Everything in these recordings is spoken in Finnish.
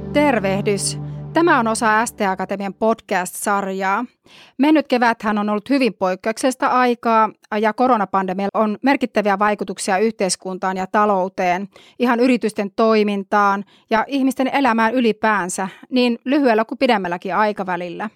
Tervehdys! Tämä on osa ST-Akatemian podcast-sarjaa. Mennyt keväthän on ollut hyvin poikkeuksellista aikaa ja koronapandemialla on merkittäviä vaikutuksia yhteiskuntaan ja talouteen, ihan yritysten toimintaan ja ihmisten elämään ylipäänsä, niin lyhyellä kuin pidemmälläkin aikavälillä.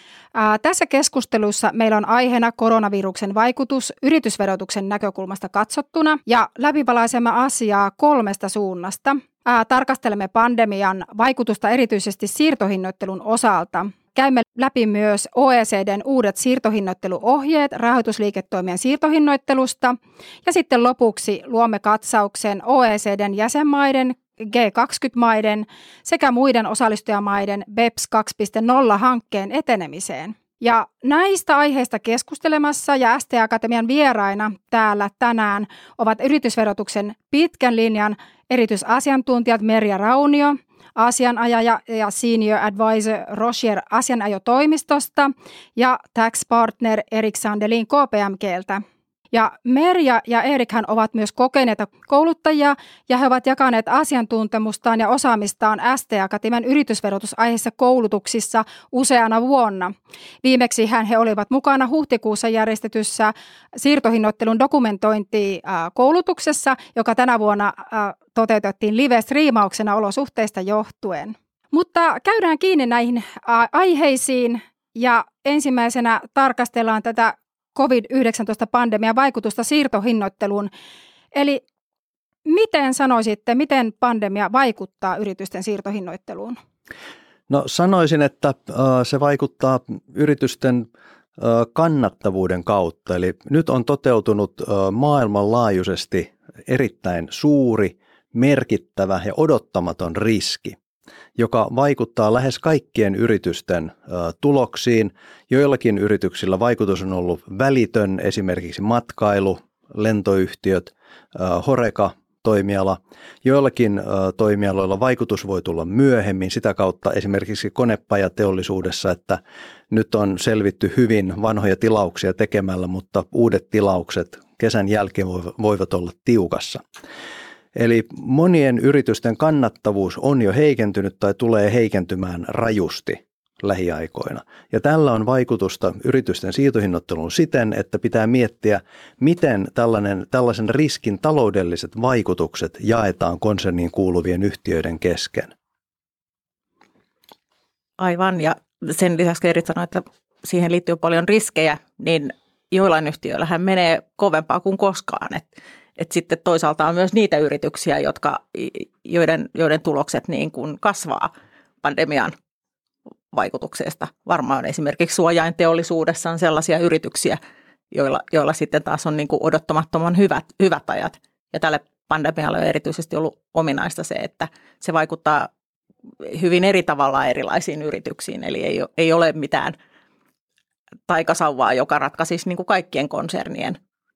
Tässä keskustelussa meillä on aiheena koronaviruksen vaikutus yritysverotuksen näkökulmasta katsottuna ja läpivalaisemme asiaa 3 suunnasta. Tarkastelemme pandemian vaikutusta erityisesti siirtohinnoittelun osalta. Käymme läpi myös OECD:n uudet siirtohinnoitteluohjeet rahoitusliiketoimien siirtohinnoittelusta ja sitten lopuksi luomme katsauksen OECD:n jäsenmaiden, G20-maiden sekä muiden osallistujamaiden BEPS 2.0-hankkeen etenemiseen. Ja näistä aiheista keskustelemassa ja ST-Akatemian vieraina täällä tänään ovat yritysverotuksen pitkän linjan erityisasiantuntijat Merja Raunio, asianajaja ja senior advisor Rocher asianajotoimistosta ja tax partner Erik Sandelin KPMG:ltä. Ja Merja ja Erikhän ovat myös kokeneita kouluttajia ja he ovat jakaneet asiantuntemustaan ja osaamistaan ST-Akatemian yritysverotusaiheissa koulutuksissa useana vuonna. Viimeksi he olivat mukana huhtikuussa järjestetyssä siirtohinnoittelun dokumentointikoulutuksessa, joka tänä vuonna toteutettiin live-striimauksena olosuhteista johtuen. Mutta käydään kiinni näihin aiheisiin ja ensimmäisenä tarkastellaan tätä COVID-19-pandemian vaikutusta siirtohinnoitteluun. Eli miten sanoisitte, miten pandemia vaikuttaa yritysten siirtohinnoitteluun? No sanoisin, että se vaikuttaa yritysten kannattavuuden kautta. Eli nyt on toteutunut maailmanlaajuisesti erittäin suuri, merkittävä ja odottamaton riski, joka vaikuttaa lähes kaikkien yritysten tuloksiin. Joillakin yrityksillä vaikutus on ollut välitön, esimerkiksi matkailu, lentoyhtiöt, Horeca-toimiala. Joillakin toimialoilla vaikutus voi tulla myöhemmin sitä kautta esimerkiksi konepajateollisuudessa, että nyt on selvitty hyvin vanhoja tilauksia tekemällä, mutta uudet tilaukset kesän jälkeen voivat olla tiukassa. Eli monien yritysten kannattavuus on jo heikentynyt tai tulee heikentymään rajusti lähiaikoina. Ja tällä on vaikutusta yritysten siirtohinnoitteluun siten, että pitää miettiä, miten tällaisen riskin taloudelliset vaikutukset jaetaan konserniin kuuluvien yhtiöiden kesken. Aivan, ja sen lisäksi Erik sanoi, että siihen liittyy paljon riskejä, niin joillain yhtiöillähän menee kovempaa kuin koskaan, että sitten toisaalta on myös niitä yrityksiä, joiden tulokset niin kuin kasvaa pandemian vaikutuksesta. Varmaan esimerkiksi suojainteollisuudessa on sellaisia yrityksiä, joilla sitten taas on niin kuin odottamattoman hyvät ajat. Ja tälle pandemialle on erityisesti ollut ominaista se, että se vaikuttaa hyvin eri tavalla erilaisiin yrityksiin. Eli ei ole mitään taikasauvaa, joka ratkaisisi niin kuin kaikkien konsernien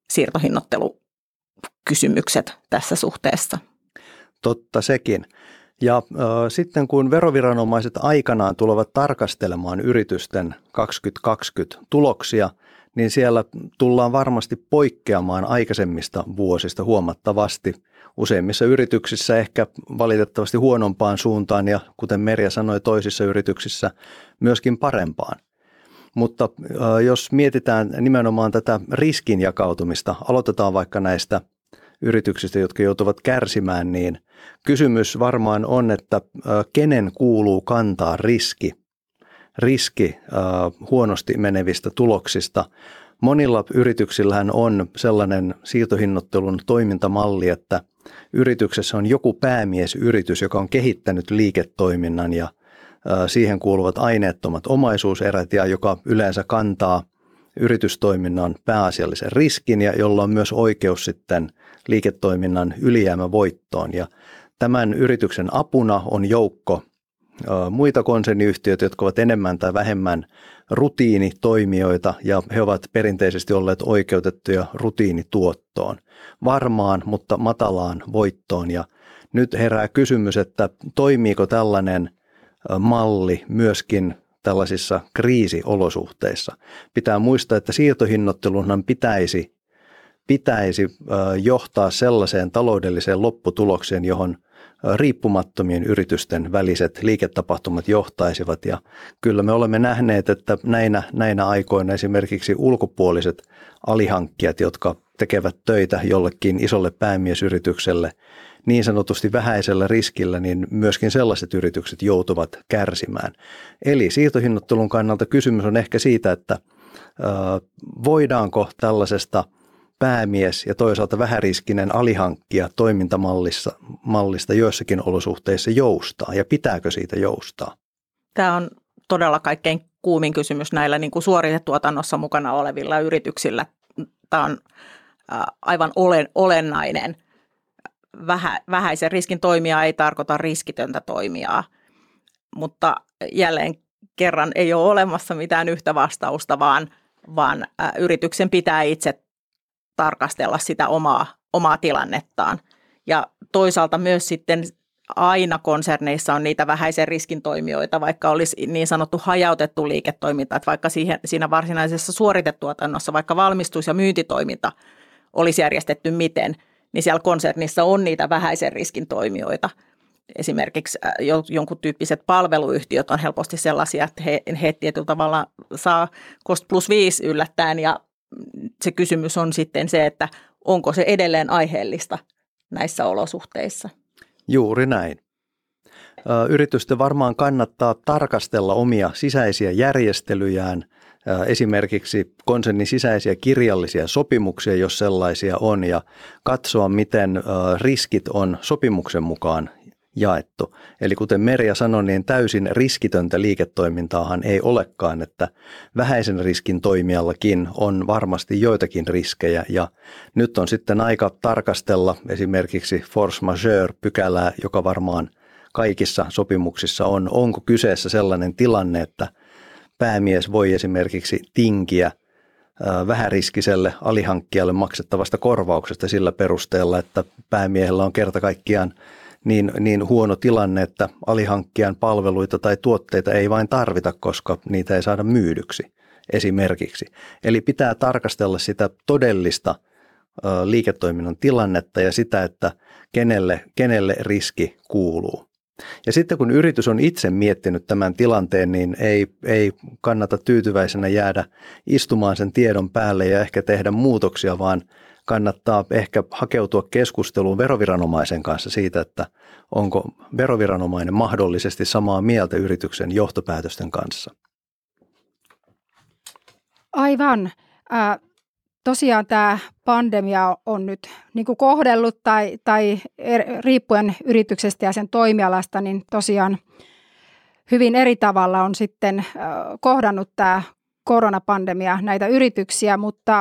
siirtohinnoittelukysymykset tässä suhteessa. Totta sekin. Ja sitten kun veroviranomaiset aikanaan tulevat tarkastelemaan yritysten 2020 tuloksia, niin siellä tullaan varmasti poikkeamaan aikaisemmista vuosista huomattavasti. Useimmissa yrityksissä ehkä valitettavasti huonompaan suuntaan ja kuten Merja sanoi, toisissa yrityksissä myöskin parempaan. Mutta jos mietitään nimenomaan tätä riskin jakautumista, aloitetaan vaikka näistä yrityksistä, jotka joutuvat kärsimään, niin kysymys varmaan on, että kenen kuuluu kantaa riski huonosti menevistä tuloksista. Monilla yrityksillähän on sellainen siirtohinnoittelun toimintamalli, että yrityksessä on joku päämiesyritys, joka on kehittänyt liiketoiminnan ja siihen kuuluvat aineettomat omaisuuserät ja joka yleensä kantaa yritystoiminnan pääasiallisen riskin ja jolla on myös oikeus sitten liiketoiminnan ylijäämävoittoon. Ja tämän yrityksen apuna on joukko muita konserniyhtiöitä, jotka ovat enemmän tai vähemmän rutiinitoimijoita ja he ovat perinteisesti olleet oikeutettuja rutiinituottoon, varmaan, mutta matalaan voittoon. Ja nyt herää kysymys, että toimiiko tällainen malli myöskin tällaisissa kriisiolosuhteissa. Pitää muistaa, että siirtohinnoittelunhan pitäisi johtaa sellaiseen taloudelliseen lopputulokseen, johon riippumattomien yritysten väliset liiketapahtumat johtaisivat. Ja kyllä me olemme nähneet, että näinä aikoina esimerkiksi ulkopuoliset alihankkijat, jotka tekevät töitä jollekin isolle päämiesyritykselle niin sanotusti vähäisellä riskillä, niin myöskin sellaiset yritykset joutuvat kärsimään. Eli siirtohinnoittelun kannalta kysymys on ehkä siitä, että voidaanko tällaisesta päämies ja toisaalta vähäriskinen alihankkija toimintamallista joissakin olosuhteissa joustaa ja pitääkö siitä joustaa? Tämä on todella kaikkein kuumin kysymys näillä niin kuin suoritetuotannossa mukana olevilla yrityksillä. Tämä on aivan olennainen. Vähäisen riskin toimija ei tarkoita riskitöntä toimijaa, mutta jälleen kerran ei ole olemassa mitään yhtä vastausta, vaan yrityksen pitää itse tarkastella sitä omaa tilannettaan. Ja toisaalta myös sitten aina konserneissa on niitä vähäisen riskin toimijoita, vaikka olisi niin sanottu hajautettu liiketoiminta, että vaikka siinä varsinaisessa suoritetuotannossa, vaikka valmistus- ja myyntitoiminta olisi järjestetty miten, niin siellä konsernissa on niitä vähäisen riskin toimijoita. Esimerkiksi jonkun tyyppiset palveluyhtiöt on helposti sellaisia, että he tietyllä tavalla saa cost plus 5 yllättäen, ja se kysymys on sitten se, että onko se edelleen aiheellista näissä olosuhteissa. Juuri näin. Yritysten varmaan kannattaa tarkastella omia sisäisiä järjestelyjään, esimerkiksi konsernin sisäisiä kirjallisia sopimuksia, jos sellaisia on, ja katsoa, miten riskit on sopimuksen mukaan jaettu. Eli kuten Merja sanoi, niin täysin riskitöntä liiketoimintaahan ei olekaan, että vähäisen riskin toimijallakin on varmasti joitakin riskejä, ja nyt on sitten aika tarkastella esimerkiksi force majeure-pykälää, joka varmaan kaikissa sopimuksissa on. Onko kyseessä sellainen tilanne, että päämies voi esimerkiksi tinkiä vähäriskiselle alihankkijalle maksettavasta korvauksesta sillä perusteella, että päämiehellä on kerta kaikkiaan niin huono tilanne, että alihankkijan palveluita tai tuotteita ei vain tarvita, koska niitä ei saada myydyksi esimerkiksi. Eli pitää tarkastella sitä todellista liiketoiminnan tilannetta ja sitä, että kenelle riski kuuluu. Ja sitten kun yritys on itse miettinyt tämän tilanteen, niin ei kannata tyytyväisenä jäädä istumaan sen tiedon päälle ja ehkä tehdä muutoksia, vaan kannattaa ehkä hakeutua keskusteluun veroviranomaisen kanssa siitä, että onko veroviranomainen mahdollisesti samaa mieltä yrityksen johtopäätösten kanssa. Aivan. Tosiaan tämä pandemia on nyt niin kuin kohdellut tai riippuen yrityksestä ja sen toimialasta, niin tosiaan hyvin eri tavalla on sitten kohdannut tämä koronapandemia näitä yrityksiä,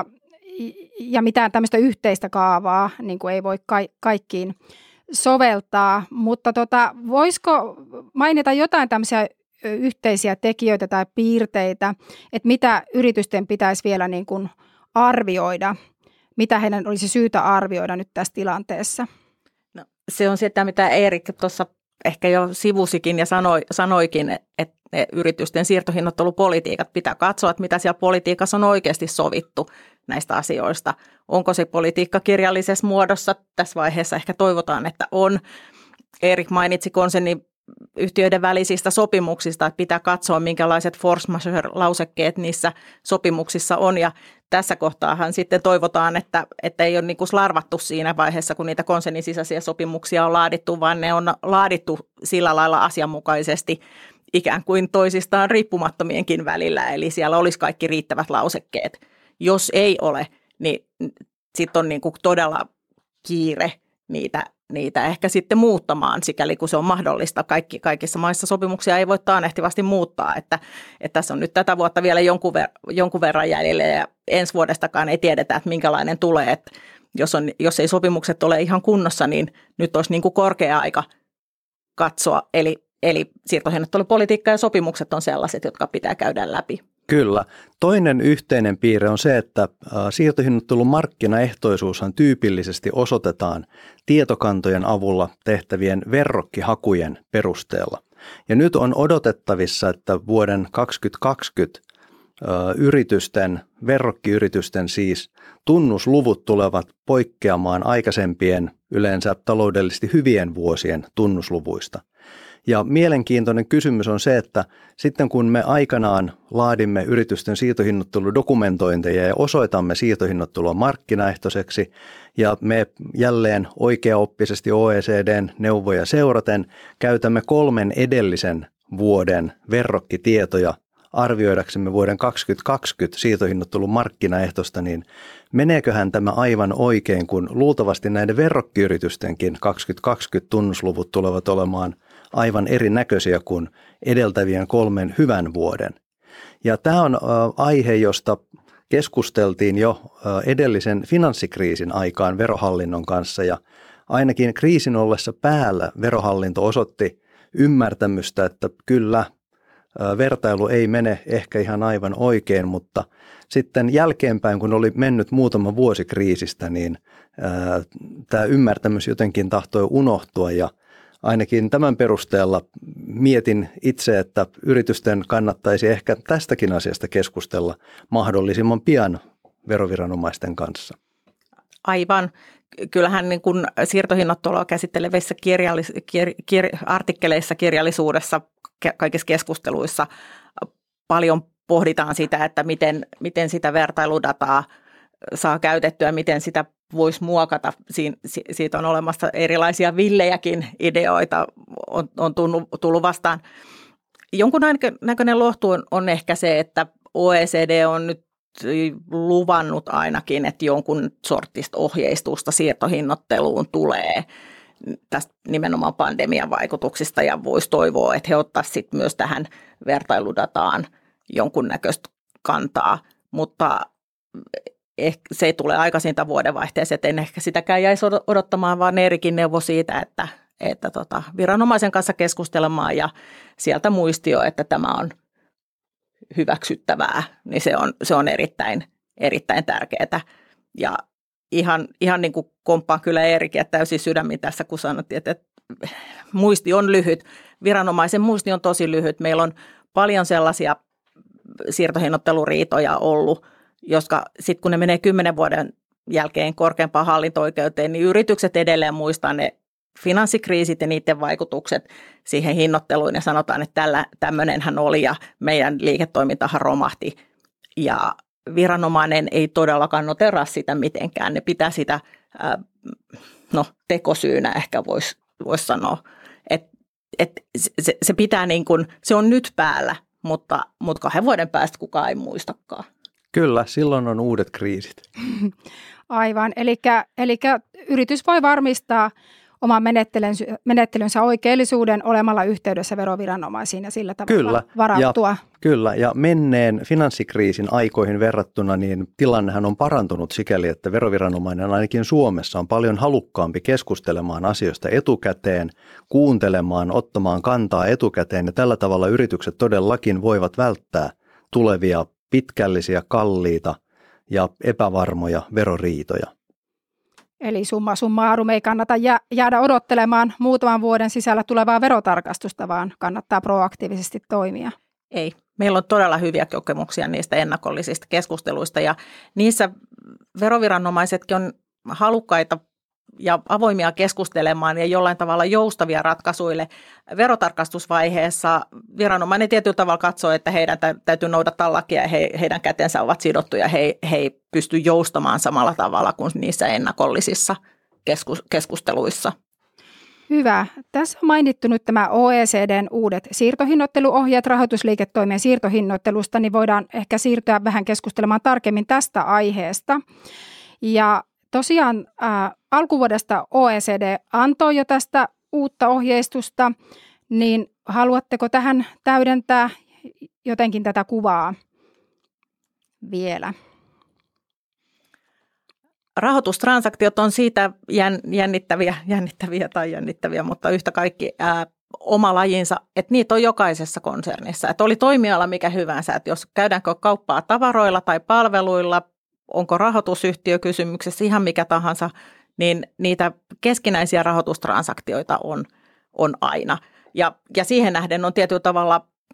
ja mitään tämmöistä yhteistä kaavaa niin kuin ei voi kaikkiin soveltaa, mutta voisiko mainita jotain tämmöisiä yhteisiä tekijöitä tai piirteitä, että mitä yritysten pitäisi vielä niin kuin arvioida, mitä heidän olisi syytä arvioida nyt tässä tilanteessa? No, se on sitä, mitä Erik tuossa ehkä jo sivusikin ja sanoikin, että yritysten siirtohinnoittelupolitiikat pitää katsoa, että mitä siellä politiikassa on oikeasti sovittu näistä asioista. Onko se politiikka kirjallisessa muodossa? Tässä vaiheessa ehkä toivotaan, että on. Erik mainitsi konserniyhtiöiden välisistä sopimuksista, että pitää katsoa, minkälaiset force majeure-lausekkeet niissä sopimuksissa on. Ja tässä kohtaahan sitten toivotaan, että ei ole niin kuin slarvattu siinä vaiheessa, kun niitä konsernin sisäisiä sopimuksia on laadittu, vaan ne on laadittu sillä lailla asianmukaisesti ikään kuin toisistaan riippumattomienkin välillä. Eli siellä olisi kaikki riittävät lausekkeet. Jos ei ole, niin sitten on niin kuin todella kiire niitä ehkä sitten muuttamaan, sikäli kun se on mahdollista. Kaikissa maissa sopimuksia ei voi taannehtivasti muuttaa, että tässä on nyt tätä vuotta vielä jonkun verran jäljellä ja ensi vuodestakaan ei tiedetä, että minkälainen tulee. Että jos ei sopimukset ole ihan kunnossa, niin nyt olisi niin kuin korkea aika katsoa. Eli siirtohinnoittelupolitiikka ja sopimukset on sellaiset, jotka pitää käydä läpi. Kyllä. Toinen yhteinen piirre on se, että siirtohinnoittelun markkinaehtoisuushan tyypillisesti osoitetaan tietokantojen avulla tehtävien verrokkihakujen perusteella. Ja nyt on odotettavissa, että vuoden 2020 yritysten, verrokkiyritysten siis tunnusluvut tulevat poikkeamaan aikaisempien yleensä taloudellisesti hyvien vuosien tunnusluvuista. Ja mielenkiintoinen kysymys on se, että sitten kun me aikanaan laadimme yritysten siirtohinnoitteludokumentointeja ja osoitamme siirtohinnoittelua markkinaehtoiseksi ja me jälleen oikeaoppisesti OECDn neuvoja seuraten käytämme 3 edellisen vuoden verrokkitietoja arvioidaksemme vuoden 2020 siirtohinnoittelun markkinaehtoista, niin meneeköhän tämä aivan oikein, kun luultavasti näiden verrokkiyritystenkin 2020 tunnusluvut tulevat olemaan aivan erinäköisiä kuin edeltävien 3 hyvän vuoden. Ja tämä on aihe, josta keskusteltiin jo edellisen finanssikriisin aikaan Verohallinnon kanssa ja ainakin kriisin ollessa päällä Verohallinto osoitti ymmärtämystä, että kyllä vertailu ei mene ehkä ihan aivan oikein, mutta sitten jälkeenpäin, kun oli mennyt muutama vuosi kriisistä, niin tämä ymmärtämys jotenkin tahtoi unohtua ja ainakin tämän perusteella mietin itse, että yritysten kannattaisi ehkä tästäkin asiasta keskustella mahdollisimman pian veroviranomaisten kanssa. Aivan. Kyllähän niin kuin siirtohinnoittelua käsittelevissä artikkeleissa, kirjallisuudessa, kaikissa keskusteluissa paljon pohditaan sitä, että miten sitä vertailudataa saa käytettyä, miten sitä voisi muokata. Siitä on olemassa erilaisia villejäkin ideoita, on tullut vastaan. Jonkun näköinen lohtu on ehkä se, että OECD on nyt luvannut ainakin, että jonkun sortista ohjeistusta siirtohinnoitteluun tulee tästä nimenomaan pandemian vaikutuksista ja voisi toivoa, että he ottaisivat sitten myös tähän vertailudataan jonkunnäköistä kantaa, mutta se ei tule aikaisinta vuodenvaihteeseen, että en ehkä sitäkään jäisi odottamaan, vaan Eerikin neuvo siitä, että viranomaisen kanssa keskustelemaan ja sieltä muistio, että tämä on hyväksyttävää, niin se on erittäin tärkeää. Ja ihan niin kuin komppaan kyllä Eerikin täysin sydämin tässä, kun sanottiin, että muisti on lyhyt. Viranomaisen muisti on tosi lyhyt. Meillä on paljon sellaisia siirtohinnoitteluriitoja ollut, jotka sitten kun ne menee 10 vuoden jälkeen korkeampaan hallinto-oikeuteen, niin yritykset edelleen muistaa ne finanssikriisit ja niiden vaikutukset siihen hinnoitteluun ja sanotaan, että tämmöinenhän oli ja meidän liiketoimintahan romahti ja viranomainen ei todellakaan noteraa sitä mitenkään. Ne pitää sitä tekosyynä ehkä voisi sanoa, että se pitää niin kuin, se on nyt päällä, mutta 2 vuoden päästä kukaan ei muistakaan. Kyllä, silloin on uudet kriisit. Aivan, eli yritys voi varmistaa oman menettelynsä oikeellisuuden olemalla yhteydessä veroviranomaisiin ja sillä tavalla varautua. Kyllä, ja menneen finanssikriisin aikoihin verrattuna niin tilannehan on parantunut sikäli, että veroviranomainen ainakin Suomessa on paljon halukkaampi keskustelemaan asioista etukäteen, kuuntelemaan, ottamaan kantaa etukäteen ja tällä tavalla yritykset todellakin voivat välttää tulevia pitkällisiä, kalliita ja epävarmoja veroriitoja. Eli summa summarum ei kannata jäädä odottelemaan muutaman vuoden sisällä tulevaa verotarkastusta, vaan kannattaa proaktiivisesti toimia. Ei. Meillä on todella hyviä kokemuksia niistä ennakollisista keskusteluista ja niissä veroviranomaisetkin on halukkaita ja avoimia keskustelemaan ja jollain tavalla joustavia ratkaisuille. Verotarkastusvaiheessa viranomainen tietyllä tavalla katsoo, että heidän täytyy noudattaa lakia ja heidän kätensä ovat sidottu ja he ei pysty joustamaan samalla tavalla kuin niissä ennakollisissa keskusteluissa. Hyvä. Tässä on mainittu nyt tämä OECDn uudet siirtohinnoitteluohjeet rahoitusliiketoimien siirtohinnoittelusta, niin voidaan ehkä siirtyä vähän keskustelemaan tarkemmin tästä aiheesta. Ja tosiaan alkuvuodesta OECD antoi jo tästä uutta ohjeistusta, niin haluatteko tähän täydentää jotenkin tätä kuvaa vielä? Rahoitustransaktiot on siitä jännittäviä, mutta yhtä kaikki oma lajinsa, että niitä on jokaisessa konsernissa. Että oli toimiala mikä hyvänsä, että jos käydäänkö kauppaa tavaroilla tai palveluilla, onko rahoitusyhtiö kysymyksessä ihan mikä tahansa, niin niitä keskinäisiä rahoitustransaktioita on aina. Ja siihen nähden on tietyllä tavalla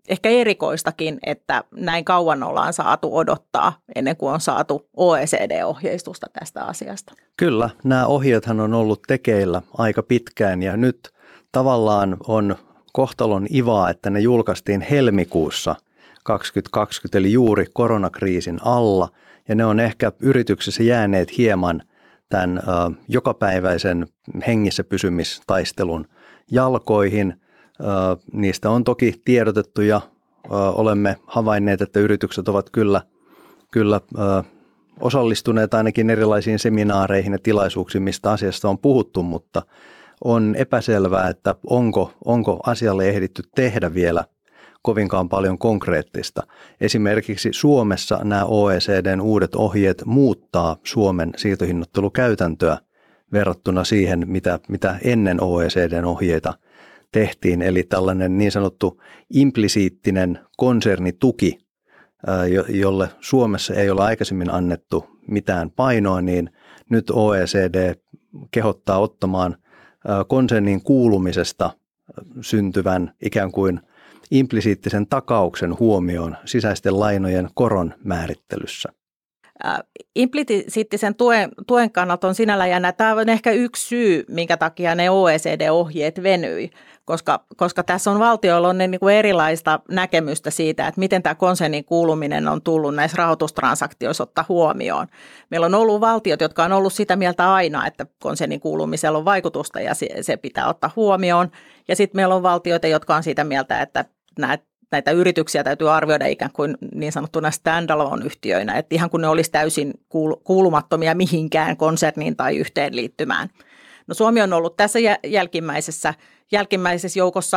ehkä erikoistakin, että näin kauan ollaan saatu odottaa ennen kuin on saatu OECD-ohjeistusta tästä asiasta. Kyllä, nämä ohjeethan on ollut tekeillä aika pitkään ja nyt tavallaan on kohtalon ivaa, että ne julkaistiin helmikuussa 2020, eli juuri koronakriisin alla, ja ne on ehkä yrityksessä jääneet hieman tämän jokapäiväisen hengissä pysymistaistelun jalkoihin. Niistä on toki tiedotettu ja olemme havainneet, että yritykset ovat kyllä osallistuneet ainakin erilaisiin seminaareihin ja tilaisuuksiin, mistä asiasta on puhuttu, mutta on epäselvää, että onko asialle ehditty tehdä vielä kovinkaan paljon konkreettista. Esimerkiksi Suomessa nämä OECDn uudet ohjeet muuttaa Suomen siirtohinnoittelukäytäntöä verrattuna siihen, mitä ennen OECDn ohjeita tehtiin. Eli tällainen niin sanottu implisiittinen konsernituki, jolle Suomessa ei ole aikaisemmin annettu mitään painoa, niin nyt OECD kehottaa ottamaan konsernin kuulumisesta syntyvän ikään kuin implisiittisen takauksen huomioon sisäisten lainojen koron määrittelyssä. Implisiittisen tuen kannalta on sinällään jännä. Tämä on ehkä yksi syy, minkä takia ne OECD-ohjeet venyi, koska tässä on valtioilla on niin kuin erilaista näkemystä siitä, että miten tämä konsernin kuuluminen on tullut näissä rahoitustransaktioissa ottaa huomioon. Meillä on ollut valtiot, jotka on ollut sitä mieltä aina, että konsernin kuulumisella on vaikutusta ja se pitää ottaa huomioon. Ja sitten meillä on valtioita, jotka on sitä mieltä, että näitä yrityksiä täytyy arvioida ikään kuin niin sanottuna standalone-yhtiöinä, että ihan kun ne olisi täysin kuulumattomia mihinkään konserniin tai yhteenliittymään. No Suomi on ollut tässä jälkimmäisessä joukossa,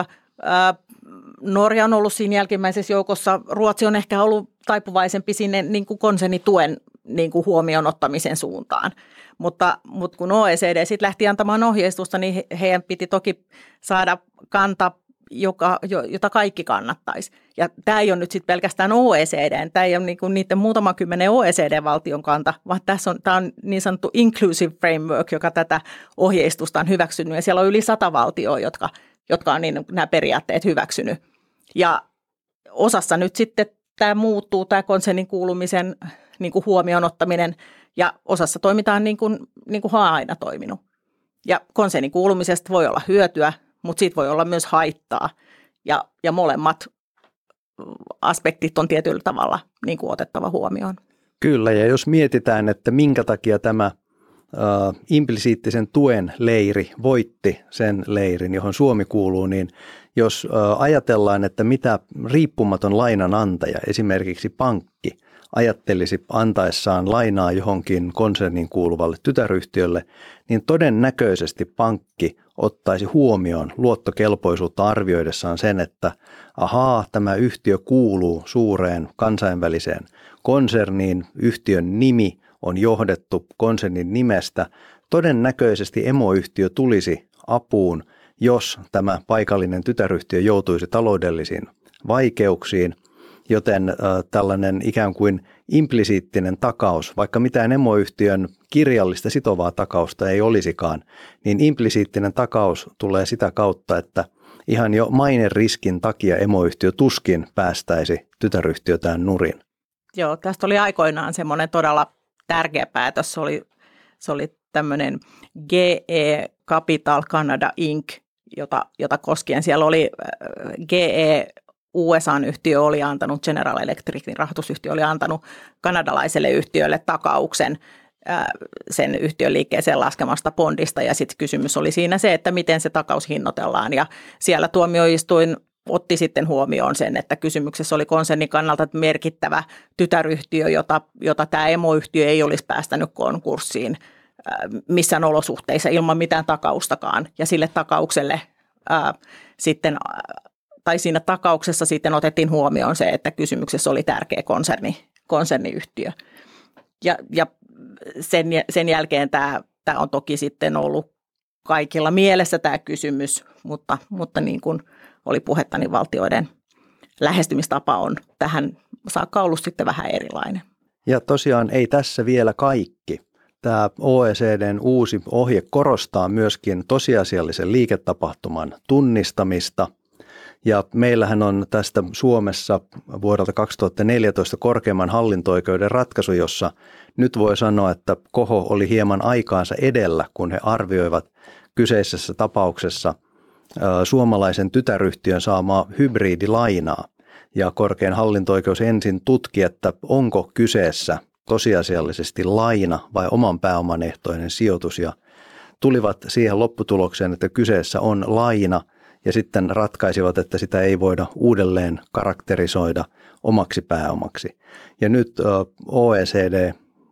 Norja on ollut siinä jälkimmäisessä joukossa, Ruotsi on ehkä ollut taipuvaisempi sinne niin kuin konsernituen niin kuin huomioon ottamisen suuntaan. Mutta kun OECD sitten lähti antamaan ohjeistusta, niin heidän piti toki saada kanta, jota kaikki kannattaisi. Ja tämä ei ole nyt sitten pelkästään OECD, tämä ei ole niinku niiden muutaman kymmenen OECD-valtion kanta, vaan tämä on niin sanottu inclusive framework, joka tätä ohjeistusta on hyväksynyt. Ja siellä on yli 100 valtioa, jotka on nämä periaatteet hyväksynyt. Ja osassa nyt sitten tämä muuttuu, tämä konsernin kuulumisen niinku huomioon ottaminen, ja osassa toimitaan niin kuin on aina toiminut. Ja konsernin kuulumisesta voi olla hyötyä, mutta siitä voi olla myös haittaa ja molemmat aspektit on tietyllä tavalla niin kuin otettava huomioon. Kyllä, ja jos mietitään, että minkä takia tämä implisiittisen tuen leiri voitti sen leirin, johon Suomi kuuluu, niin jos ajatellaan, että mitä riippumaton lainanantaja, esimerkiksi pankki, ajattelisi antaessaan lainaa johonkin konsernin kuuluvalle tytäryhtiölle, niin todennäköisesti pankki ottaisi huomioon luottokelpoisuutta arvioidessaan sen, että tämä yhtiö kuuluu suureen kansainväliseen konserniin, yhtiön nimi on johdettu konsernin nimestä. Todennäköisesti emoyhtiö tulisi apuun, jos tämä paikallinen tytäryhtiö joutuisi taloudellisiin vaikeuksiin, joten tällainen ikään kuin implisiittinen takaus, vaikka mitään emoyhtiön kirjallista sitovaa takausta ei olisikaan, niin implisiittinen takaus tulee sitä kautta, että ihan jo maineriskin takia emoyhtiö tuskin päästäisi tytäryhtiötään nurin. Joo, tästä oli aikoinaan semmoinen todella tärkeä päätös. Se oli tämmöinen GE Capital Canada Inc., jota koskien siellä oli GE USA-yhtiö oli antanut, General Electricin rahoitusyhtiö oli antanut kanadalaiselle yhtiölle takauksen sen yhtiön liikkeeseen laskemasta bondista, ja sitten kysymys oli siinä se, että miten se takaus hinnoitellaan, ja siellä tuomioistuin otti sitten huomioon sen, että kysymyksessä oli konsernin kannalta merkittävä tytäryhtiö, jota tämä emoyhtiö ei olisi päästänyt konkurssiin missään olosuhteissa ilman mitään takaustakaan, ja sille takaukselle sitten tai siinä takauksessa sitten otettiin huomioon se, että kysymyksessä oli tärkeä konserniyhtiö. Ja sen jälkeen tämä on toki sitten ollut kaikilla mielessä tämä kysymys, mutta niin kuin oli puhetta, niin valtioiden lähestymistapa on tähän saakka ollut sitten vähän erilainen. Ja tosiaan ei tässä vielä kaikki. Tämä OECDn uusi ohje korostaa myöskin tosiasiallisen liiketapahtuman tunnistamista. Ja meillähän on tästä Suomessa vuodelta 2014 korkeimman hallinto-oikeuden ratkaisu, jossa nyt voi sanoa, että KOHO oli hieman aikaansa edellä, kun he arvioivat kyseisessä tapauksessa suomalaisen tytäryhtiön saamaa hybridilainaa. Ja korkein hallinto-oikeus ensin tutki, että onko kyseessä tosiasiallisesti laina vai oman pääoman ehtoinen sijoitus, ja tulivat siihen lopputulokseen, että kyseessä on laina, ja sitten ratkaisivat, että sitä ei voida uudelleen karakterisoida omaksi pääomaksi. Ja nyt OECD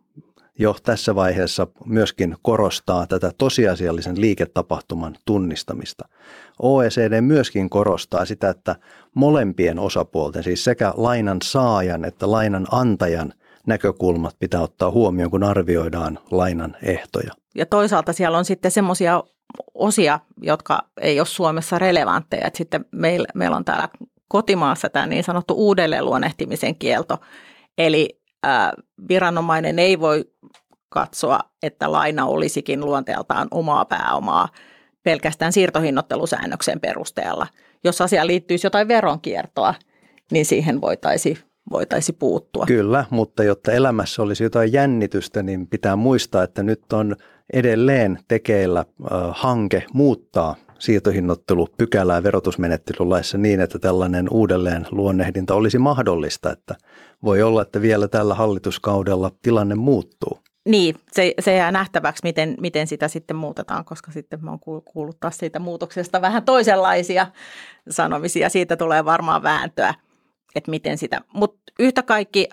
jo tässä vaiheessa myöskin korostaa tätä tosiasiallisen liiketapahtuman tunnistamista. OECD myöskin korostaa sitä, että molempien osapuolten, siis sekä lainan saajan että lainan antajan näkökulmat pitää ottaa huomioon, kun arvioidaan lainan ehtoja. Ja toisaalta siellä on sitten semmoisia osia, jotka ei ole Suomessa relevantteja. Että sitten meillä on täällä kotimaassa tämä niin sanottu uudelleenluonnehtimisen kielto. Eli viranomainen ei voi katsoa, että laina olisikin luonteeltaan omaa pääomaa pelkästään siirtohinnoittelusäännöksen perusteella. Jos asiaan liittyisi jotain veronkiertoa, niin siihen voitaisiin puuttua. Kyllä, mutta jotta elämässä olisi jotain jännitystä, niin pitää muistaa, että nyt on edelleen tekeillä hanke muuttaa siirtohinnoittelupykälää verotusmenettelylaissa niin, että tällainen uudelleen luonnehdinta olisi mahdollista, että voi olla, että vielä tällä hallituskaudella tilanne muuttuu. Niin, se jää nähtäväksi, miten sitä sitten muutetaan, koska sitten mä oon kuullut taas siitä muutoksesta vähän toisenlaisia sanomisia. Siitä tulee varmaan vääntöä, että miten sitä. Mutta yhtä kaikki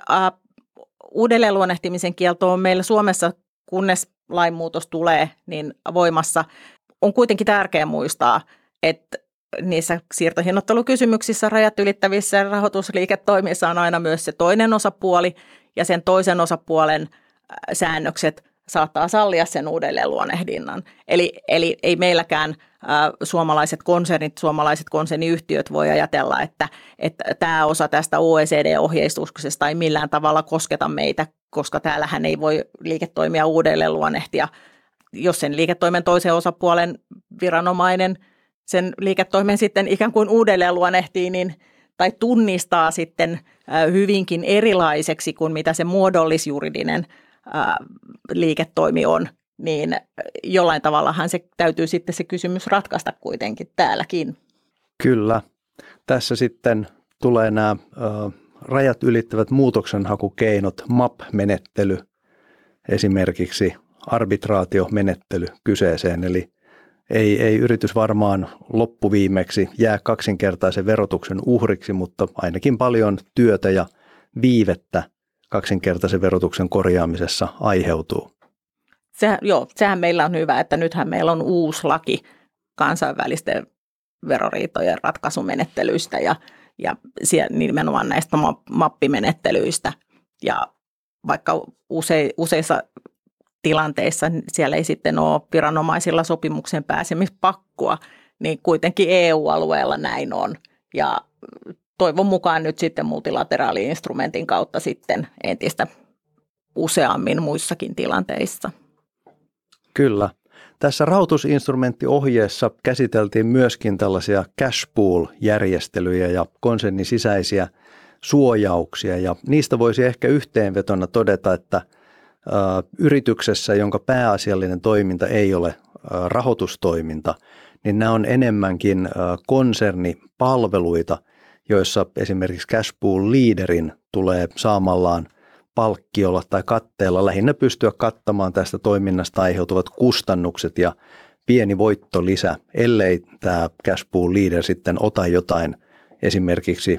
uudelleenluonnehtimisen kielto on meillä Suomessa, kunnes lainmuutos tulee, niin voimassa. On kuitenkin tärkeää muistaa, että niissä siirtohinnoittelukysymyksissä rajat ylittävissä rahoitusliiketoimissa on aina myös se toinen osapuoli, ja sen toisen osapuolen säännökset saattaa sallia sen uudelleenluonnehdinnan. Eli ei meilläkään suomalaiset konsernit, suomalaiset konserniyhtiöt voi ajatella, että tämä osa tästä OECD-ohjeistuksesta ei millään tavalla kosketa meitä, koska täällähän ei voi liiketoimia uudelleenluonnehtia. Jos sen liiketoimen toisen osapuolen viranomainen sen liiketoimen sitten ikään kuin uudelleenluonnehtii, niin tai tunnistaa sitten hyvinkin erilaiseksi kuin mitä se muodollisjuridinen liiketoimi on, niin jollain tavallahan se täytyy sitten se kysymys ratkaista kuitenkin täälläkin. Kyllä. Tässä sitten tulee nämä rajat ylittävät muutoksenhakukeinot, MAP-menettely, esimerkiksi arbitraatiomenettely kyseeseen, eli ei yritys varmaan loppuviimeksi jää kaksinkertaisen verotuksen uhriksi, mutta ainakin paljon työtä ja viivettä kaksinkertaisen verotuksen korjaamisessa aiheutuu. Sehän meillä on hyvä, että nythän meillä on uusi laki kansainvälisten veroriitojen ratkaisumenettelyistä ja nimenomaan näistä mappimenettelyistä. Ja vaikka useissa tilanteissa siellä ei sitten ole viranomaisilla sopimuksen pääsemispakkoa, niin kuitenkin EU-alueella näin on. Ja toivon mukaan nyt sitten multilateraali-instrumentin kautta sitten entistä useammin muissakin tilanteissa. Kyllä. Tässä rahoitusinstrumenttiohjeessa käsiteltiin myöskin tällaisia cash pool-järjestelyjä ja konsernin sisäisiä suojauksia, ja niistä voisi ehkä yhteenvetona todeta, että yrityksessä, jonka pääasiallinen toiminta ei ole rahoitustoiminta, niin nämä on enemmänkin konsernipalveluita, joissa esimerkiksi cash pool leaderin tulee saamallaan palkkiolla tai katteella lähinnä pystyä kattamaan tästä toiminnasta aiheutuvat kustannukset ja pieni voittolisä, ellei tämä cash pool leader sitten ota jotain esimerkiksi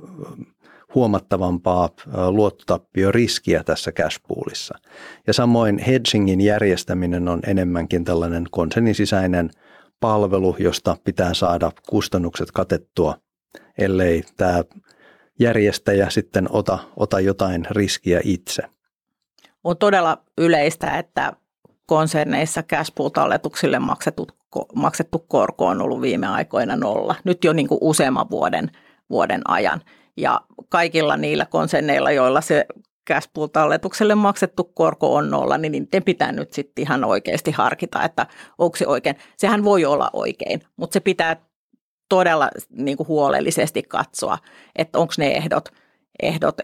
huomattavampaa luottotappio-riskiä tässä cash poolissa. Ja samoin hedgingin järjestäminen on enemmänkin tällainen konsernin sisäinen palvelu, josta pitää saada kustannukset katettua, ellei tämä järjestäjä sitten ota jotain riskiä itse. On todella yleistä, että konserneissa cash pool-talletuksille maksettu korko on ollut viime aikoina nolla. Nyt jo niin kuin useamman vuoden ajan. Ja kaikilla niillä konserneilla, joilla se cash pool-talletukselle maksettu korko on nolla, niin niiden pitää nyt sitten ihan oikeasti harkita, että onko se oikein. Sehän voi olla oikein, mutta se pitää todella niin kuin huolellisesti katsoa, että onko ne ehdot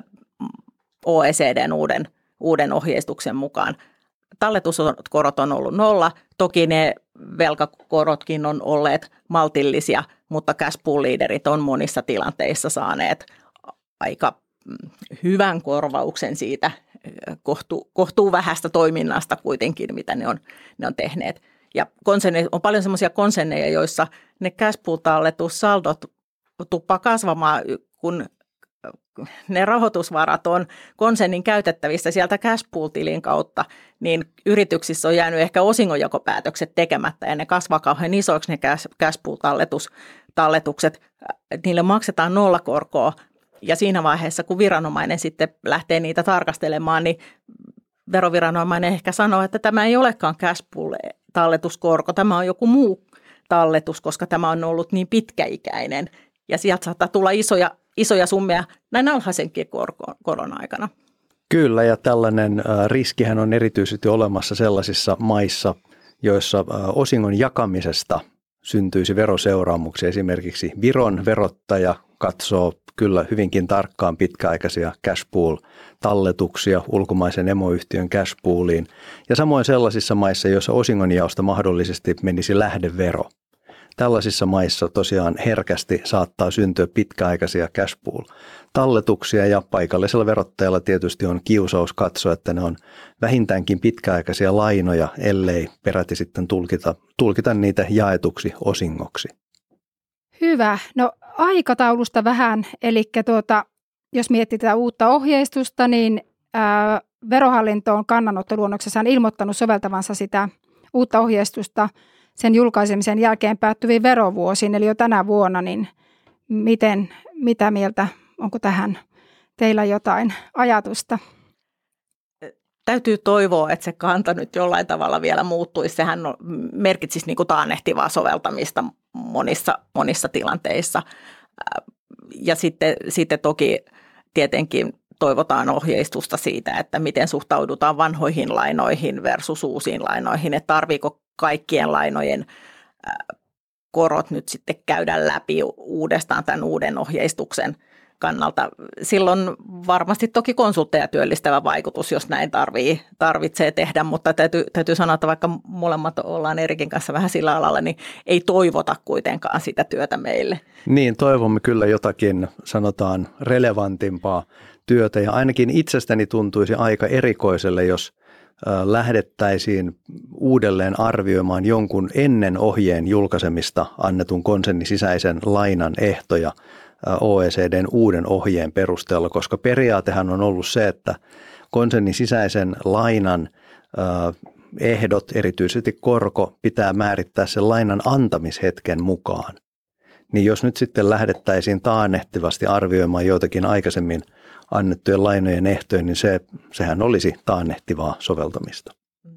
OECDn uuden ohjeistuksen mukaan. Talletuskorot on ollut 0, toki ne velkakorotkin on olleet maltillisia, mutta cash pool leaderit on monissa tilanteissa saaneet aika hyvän korvauksen siitä kohtuu vähästä toiminnasta kuitenkin, mitä ne on tehneet. Ja on paljon semmoisia konserneja, joissa ne cash pool-talletussaldot tuppaa kasvamaan, kun ne rahoitusvarat on konsernin käytettävissä sieltä cash pool-tilin kautta, niin yrityksissä on jäänyt ehkä osingonjakopäätökset tekemättä ja ne kasvaa kauhean isoiksi ne cash pool-talletukset. Niille maksetaan nollakorkoa ja siinä vaiheessa, kun viranomainen sitten lähtee niitä tarkastelemaan, niin veroviranomainen ehkä sanoo, että tämä ei olekaan cash pool-talletuskorko, tämä on joku muu talletus, koska tämä on ollut niin pitkäikäinen ja sieltä saattaa tulla isoja summia näin alhaisenkin koron aikana. Kyllä, ja tällainen riskihän on erityisesti olemassa sellaisissa maissa, joissa osingon jakamisesta syntyisi veroseuraamuksia. Esimerkiksi Viron verottaja katsoo kyllä hyvinkin tarkkaan pitkäaikaisia cash pool-talletuksia ulkomaisen emoyhtiön cash pooliin. Ja samoin sellaisissa maissa, joissa osingonjaosta mahdollisesti menisi lähdevero. Tällaisissa maissa tosiaan herkästi saattaa syntyä pitkäaikaisia cash pool-talletuksia ja paikallisella verottajalla tietysti on kiusaus katsoa, että ne on vähintäänkin pitkäaikaisia lainoja, ellei peräti sitten tulkita niitä jaetuksi osingoksi. Hyvä. No aikataulusta vähän, eli jos mietitään uutta ohjeistusta, niin Verohallinto on kannanottoluonnoksessaan ilmoittanut soveltavansa sitä uutta ohjeistusta sen julkaisemisen jälkeen päättyviin verovuosiin, eli jo tänä vuonna, niin mitä mieltä, onko tähän teillä jotain ajatusta? Täytyy toivoa, että se kanta nyt jollain tavalla vielä muuttuisi. Sehän merkitsisi niin kuin taannehtivaa soveltamista monissa tilanteissa. Ja sitten toki tietenkin toivotaan ohjeistusta siitä, että miten suhtaudutaan vanhoihin lainoihin versus uusiin lainoihin, että tarviiko kaikkien lainojen korot nyt sitten käydä läpi uudestaan tämän uuden ohjeistuksen kannalta. Silloin varmasti toki konsultteja työllistävä vaikutus, jos näin tarvitsee tehdä, mutta täytyy sanoa, että vaikka molemmat ollaan Erikin kanssa vähän sillä alalla, niin ei toivota kuitenkaan sitä työtä meille. Niin, toivomme kyllä jotakin, sanotaan, relevantimpaa työtä ja ainakin itsestäni tuntuisi aika erikoiselle, jos lähdettäisiin uudelleen arvioimaan jonkun ennen ohjeen julkaisemista annetun konsernin sisäisen lainan ehtoja OECDn uuden ohjeen perusteella, koska periaatehan on ollut se, että konsernin sisäisen lainan ehdot, erityisesti korko, pitää määrittää sen lainan antamishetken mukaan. Niin jos nyt sitten lähdettäisiin taannehtivasti arvioimaan joitakin aikaisemmin annettujen lainojen ehtoja, niin sehän olisi taannehtivaa soveltamista.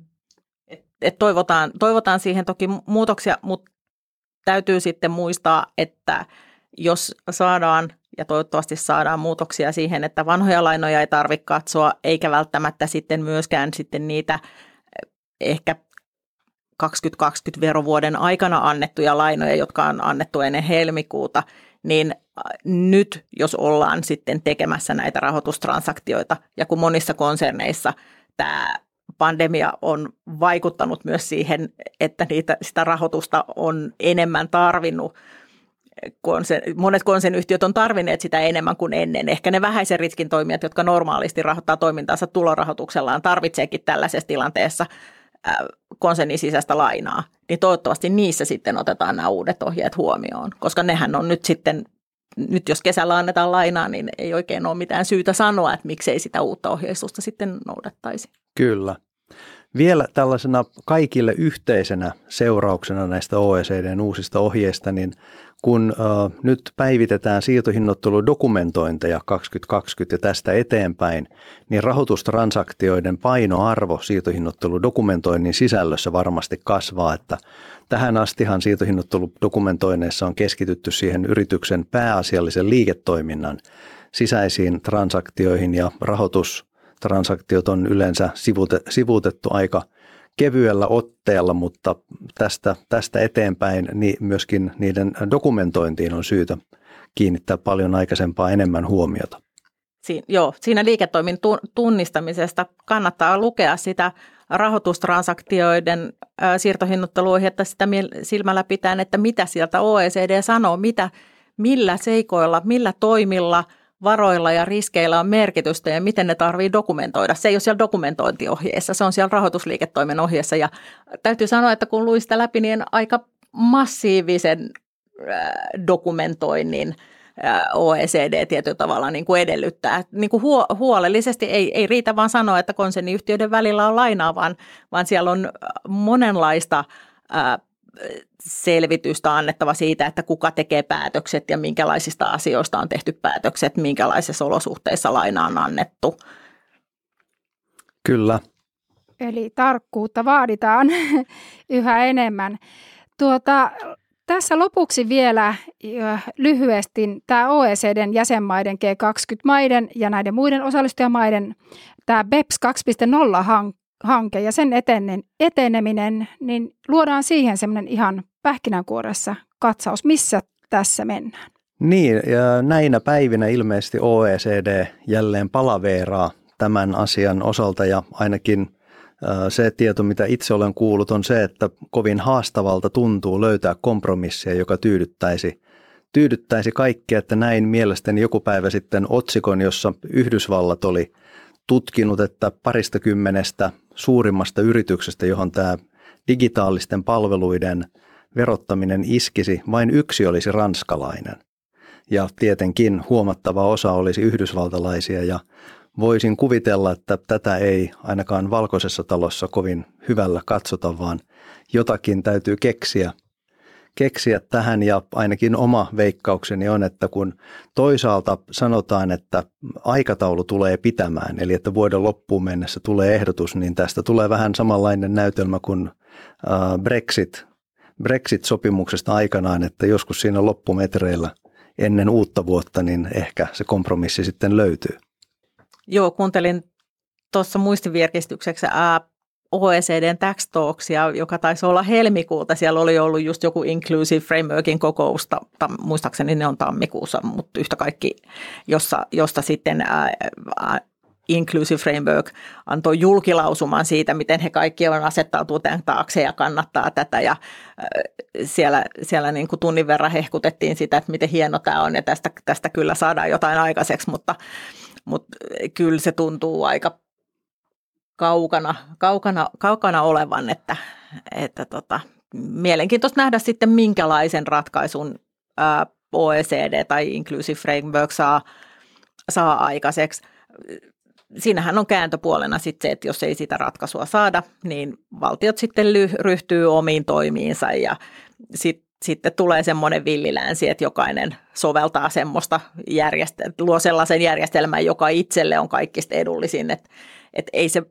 Toivotaan siihen toki muutoksia, mutta täytyy sitten muistaa, että jos saadaan ja toivottavasti saadaan muutoksia siihen, että vanhoja lainoja ei tarvitse katsoa, eikä välttämättä sitten myöskään sitten niitä ehkä 2020 verovuoden aikana annettuja lainoja, jotka on annettu ennen helmikuuta, niin nyt jos ollaan sitten tekemässä näitä rahoitustransaktioita ja kun monissa konserneissa tämä pandemia on vaikuttanut myös siihen, että sitä rahoitusta on enemmän tarvinnut, monet konsernyhtiöt on tarvinneet sitä enemmän kuin ennen. Ehkä ne vähäisen riskin toimijat, jotka normaalisti rahoittaa toimintaansa tulorahoituksellaan, tarvitseekin tällaisessa tilanteessa konsernin sisäistä lainaa, niin toivottavasti niissä sitten otetaan nämä uudet ohjeet huomioon, koska nehän on nyt jos kesällä annetaan lainaa, niin ei oikein ole mitään syytä sanoa, että miksei sitä uutta ohjeistusta sitten noudattaisi. Kyllä. Vielä tällaisena kaikille yhteisenä seurauksena näistä OECDn uusista ohjeista, niin kun nyt päivitetään siirtohinnoitteludokumentointeja 2020 ja tästä eteenpäin, niin rahoitustransaktioiden painoarvo siirtohinnoitteludokumentoinnin sisällössä varmasti kasvaa, että tähän astihan siirtohinnoitteludokumentoinneissa on keskitytty siihen yrityksen pääasiallisen liiketoiminnan sisäisiin transaktioihin ja rahoitustransaktiot on yleensä sivuutettu aika kevyellä otteella, mutta tästä eteenpäin niin myöskin niiden dokumentointiin on syytä kiinnittää paljon aikaisempaa enemmän huomiota. Siinä liiketoimin tunnistamisesta kannattaa lukea sitä rahoitustransaktioiden siirtohinnoitteluohjetta sitä silmällä pitäen, että mitä sieltä OECD sanoo, millä seikoilla, millä toimilla, varoilla ja riskeillä on merkitystä ja miten ne tarvitsee dokumentoida. Se ei ole siellä dokumentointiohjeessa, se on siellä rahoitusliiketoimen ohjeessa. Ja täytyy sanoa, että kun luin sitä läpi, niin aika massiivisen dokumentoinnin OECD tietyllä tavalla niin kuin edellyttää. Niin kuin huolellisesti ei riitä vaan sanoa, että konserniyhtiöiden välillä on lainaa, vaan siellä on monenlaista selvitystä annettava siitä, että kuka tekee päätökset ja minkälaisista asioista on tehty päätökset, minkälaisissa olosuhteissa laina on annettu. Kyllä. Eli tarkkuutta vaaditaan yhä enemmän. Tässä lopuksi vielä lyhyesti tämä OECDn jäsenmaiden G20-maiden ja näiden muiden osallistujamaiden tämä BEPS 2.0-hanke ja sen eteneminen, niin luodaan siihen semmoinen ihan pähkinänkuoressa katsaus, missä tässä mennään. Niin, ja näinä päivinä ilmeisesti OECD jälleen palaveeraa tämän asian osalta ja ainakin se tieto, mitä itse olen kuullut, on se, että kovin haastavalta tuntuu löytää kompromissia, joka tyydyttäisi kaikkia, että näin mielestäni joku päivä sitten otsikon, jossa Yhdysvallat oli tutkinut, että 20 suurimmasta yrityksestä, johon tämä digitaalisten palveluiden verottaminen iskisi, vain yksi olisi ranskalainen. Ja tietenkin huomattava osa olisi yhdysvaltalaisia ja voisin kuvitella, että tätä ei ainakaan Valkoisessa talossa kovin hyvällä katsota, vaan jotakin täytyy keksiä tähän ja ainakin oma veikkaukseni on, että kun toisaalta sanotaan, että aikataulu tulee pitämään, eli että vuoden loppuun mennessä tulee ehdotus, niin tästä tulee vähän samanlainen näytelmä kuin Brexit-sopimuksesta aikanaan, että joskus siinä loppumetreillä ennen uutta vuotta, niin ehkä se kompromissi sitten löytyy. Joo, kuuntelin tuossa muistivirkistykseksi OECDn Tax Talksia, joka taisi olla helmikuuta. Siellä oli ollut just joku Inclusive Frameworkin kokousta, muistaakseni ne on tammikuussa, mutta yhtä kaikki, josta sitten Inclusive Framework antoi julkilausuman siitä, miten he kaikki on asettautuu tämän taakse ja kannattaa tätä. Ja siellä niin kuin tunnin verran hehkutettiin sitä, että miten hieno tämä on ja tästä kyllä saadaan jotain aikaiseksi, mutta kyllä se tuntuu aika kaukana olevan, että mielenkiintoista nähdä sitten minkälaisen ratkaisun OECD tai Inclusive Framework saa aikaiseksi. Siinähän on kääntöpuolena sitten se, että jos ei sitä ratkaisua saada, niin valtiot sitten ryhtyy omiin toimiinsa ja sitten tulee semmoinen villilänsi, että jokainen soveltaa semmoista luo sellaisen järjestelmän, joka itselle on kaikista edullisin, että ei se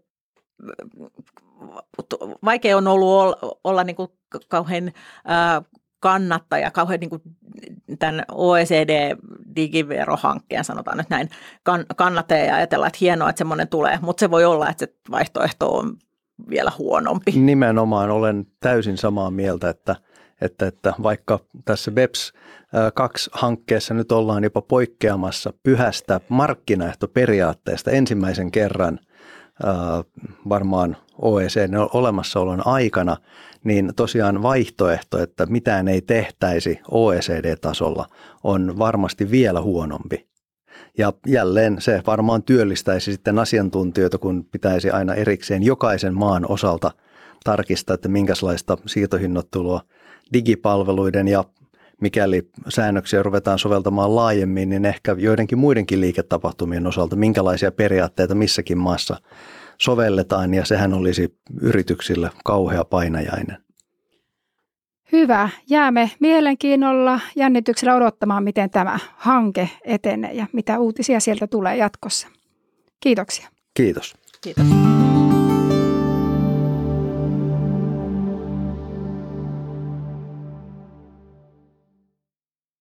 vaikea on ollut olla niin kuin kauhean kannattaja, kauhean niin kuin tämän OECD-digiverohankkeen, sanotaan nyt näin, kannattaja ja ajatella, että hienoa, että semmoinen tulee, mutta se voi olla, että se vaihtoehto on vielä huonompi. Nimenomaan olen täysin samaa mieltä, että vaikka tässä BEPS 2-hankkeessa nyt ollaan jopa poikkeamassa pyhästä markkinaehtoperiaatteesta ensimmäisen kerran varmaan OECD:n olemassaolon aikana, niin tosiaan vaihtoehto, että mitään ei tehtäisi OECD-tasolla, on varmasti vielä huonompi. Ja jälleen se varmaan työllistäisi sitten asiantuntijoita, kun pitäisi aina erikseen jokaisen maan osalta tarkistaa, että minkälaista siirtohinnoittelua digipalveluiden ja mikäli säännöksiä ruvetaan soveltamaan laajemmin, niin ehkä joidenkin muidenkin liiketapahtumien osalta, minkälaisia periaatteita missäkin maassa sovelletaan, ja sehän olisi yrityksille kauhea painajainen. Hyvä. Jäämme mielenkiinnolla, jännityksellä odottamaan, miten tämä hanke etenee ja mitä uutisia sieltä tulee jatkossa. Kiitoksia. Kiitos. Kiitos.